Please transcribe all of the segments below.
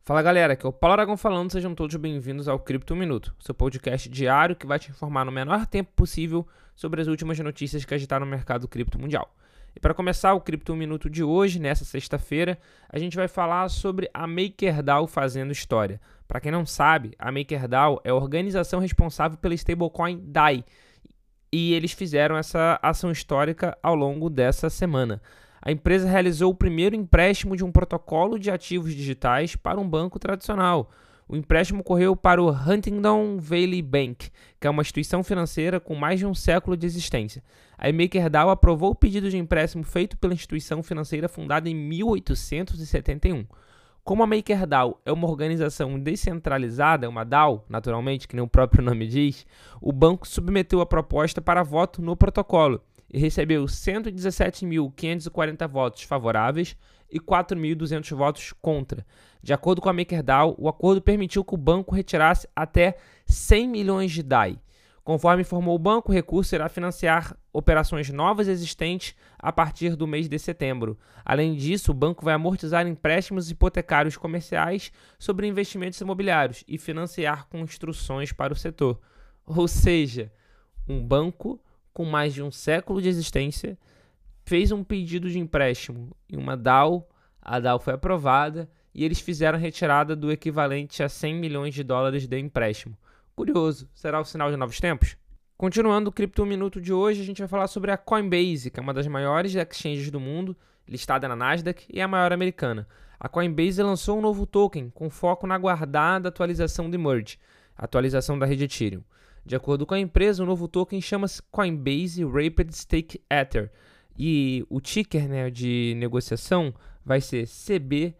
Fala galera, aqui é o Paulo Aragão falando, sejam todos bem-vindos ao Cripto Minuto, seu podcast diário que vai te informar no menor tempo possível sobre as últimas notícias que agitaram o mercado cripto mundial. E para começar o Cripto Minuto de hoje, nessa sexta-feira, a gente vai falar sobre a MakerDAO fazendo história. Para quem não sabe, a MakerDAO é a organização responsável pela stablecoin DAI, e eles fizeram essa ação histórica ao longo dessa semana. A empresa realizou o primeiro empréstimo de um protocolo de ativos digitais para um banco tradicional. O empréstimo ocorreu para o Huntingdon Valley Bank, que é uma instituição financeira com mais de um século de existência. A MakerDAO aprovou o pedido de empréstimo feito pela instituição financeira fundada em 1871. Como a MakerDAO é uma organização descentralizada, uma DAO, naturalmente, que nem o próprio nome diz, o banco submeteu a proposta para voto no protocolo e recebeu 117.540 votos favoráveis e 4.200 votos contra. De acordo com a MakerDAO, o acordo permitiu que o banco retirasse até 100 milhões de DAI. Conforme informou o banco, o recurso irá financiar operações novas existentes a partir do mês de setembro. Além disso, o banco vai amortizar empréstimos hipotecários comerciais sobre investimentos imobiliários e financiar construções para o setor. Ou seja, um banco com mais de um século de existência, fez um pedido de empréstimo em uma DAO, a DAO foi aprovada e eles fizeram a retirada do equivalente a 100 milhões de dólares de empréstimo. Curioso, será o sinal de novos tempos? Continuando o Cripto Minuto de hoje, a gente vai falar sobre a Coinbase, que é uma das maiores exchanges do mundo, listada na Nasdaq e é a maior americana. A Coinbase lançou um novo token com foco na aguardada atualização de Merge, a atualização da rede Ethereum. De acordo com a empresa, o novo token chama-se Coinbase Rapid Stake Ether e o ticker de negociação vai ser CBETH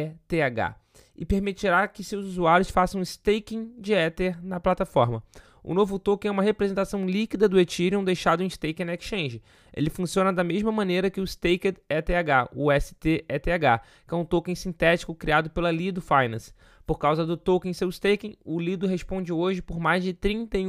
e permitirá que seus usuários façam staking de Ether na plataforma. O novo token é uma representação líquida do Ethereum deixado em stake na exchange. Ele funciona da mesma maneira que o Staked ETH, o STETH, que é um token sintético criado pela Lido Finance. Por causa do token seu staking, o Lido responde hoje por mais de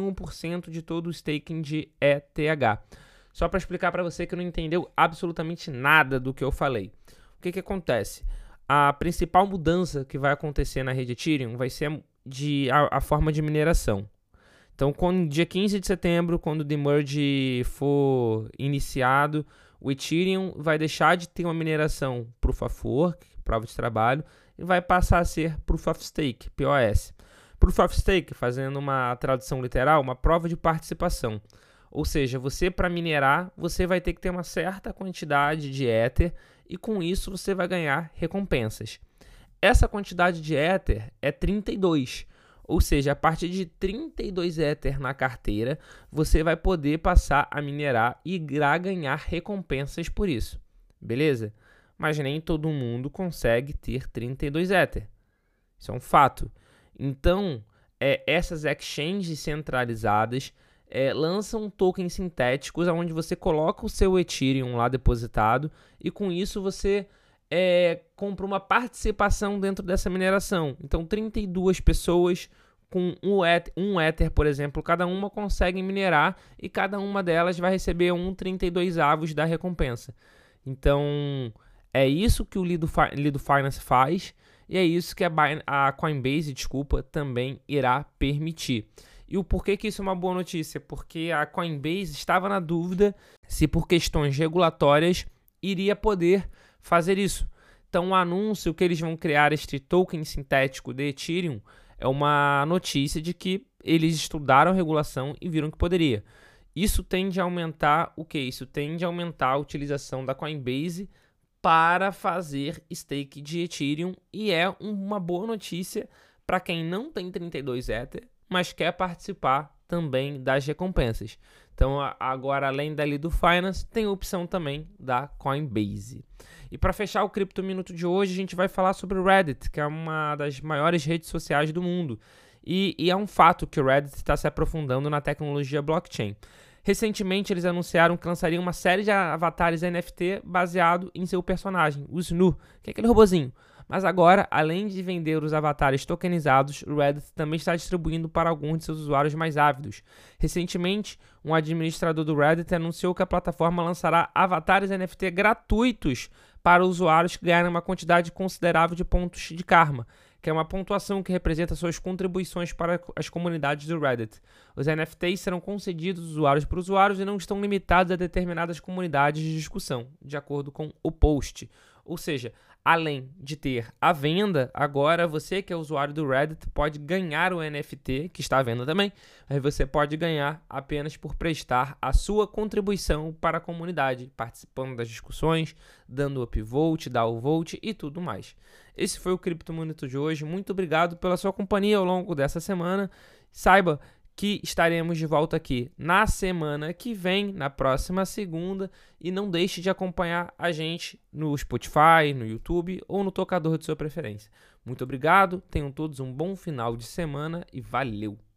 31% de todo o staking de ETH. Só para explicar para você que não entendeu absolutamente nada do que eu falei. O que acontece? A principal mudança que vai acontecer na rede Ethereum vai ser a forma de mineração. Então, dia 15 de setembro, quando o Demerge for iniciado, o Ethereum vai deixar de ter uma mineração Proof of Work, prova de trabalho, e vai passar a ser Proof of Stake, POS. Proof of Stake, fazendo uma tradução literal, uma prova de participação. Ou seja, você para minerar, você vai ter que ter uma certa quantidade de Ether e com isso você vai ganhar recompensas. Essa quantidade de Ether é 32. Ou seja, a partir de 32 Ether na carteira, você vai poder passar a minerar e irá ganhar recompensas por isso. Beleza? Mas nem todo mundo consegue ter 32 Ether. Isso é um fato. Então, essas exchanges centralizadas lançam tokens sintéticos onde você coloca o seu Ethereum lá depositado e com isso você compra uma participação dentro dessa mineração. Então, 32 pessoas com um Ether, por exemplo, cada uma consegue minerar e cada uma delas vai receber 32 avos da recompensa. Então, é isso que o Lido Finance faz e é isso que a Coinbase, também irá permitir. E o porquê que isso é uma boa notícia? Porque a Coinbase estava na dúvida se por questões regulatórias iria poder fazer isso. Então o anúncio que eles vão criar este token sintético de Ethereum é uma notícia de que eles estudaram a regulação e viram que poderia. Isso tende a aumentar o quê? Isso tende a aumentar a utilização da Coinbase para fazer stake de Ethereum e é uma boa notícia para quem não tem 32 Ether, mas quer participar também das recompensas. Então, agora, além da Lido Finance, tem a opção também da Coinbase. E para fechar o Cripto Minuto de hoje, a gente vai falar sobre o Reddit, que é uma das maiores redes sociais do mundo. E é um fato que o Reddit está se aprofundando na tecnologia blockchain. Recentemente, eles anunciaram que lançariam uma série de avatares NFT baseado em seu personagem, o Snoo, que é aquele robozinho. Mas agora, além de vender os avatares tokenizados, o Reddit também está distribuindo para alguns de seus usuários mais ávidos. Recentemente, um administrador do Reddit anunciou que a plataforma lançará avatares NFT gratuitos para usuários que ganharem uma quantidade considerável de pontos de karma. que é uma pontuação que representa suas contribuições para as comunidades do Reddit. Os NFTs serão concedidos usuários por usuários e não estão limitados a determinadas comunidades de discussão, de acordo com o post. Ou seja, além de ter a venda, agora você que é usuário do Reddit pode ganhar o NFT, que está à venda também, mas você pode ganhar apenas por prestar a sua contribuição para a comunidade, participando das discussões, dando upvote, downvote e tudo mais. Esse foi o Cripto Minuto de hoje. Muito obrigado pela sua companhia ao longo dessa semana. Saiba que estaremos de volta aqui na semana que vem, na próxima segunda, e não deixe de acompanhar a gente no Spotify, no YouTube ou no tocador de sua preferência. Muito obrigado, tenham todos um bom final de semana e valeu!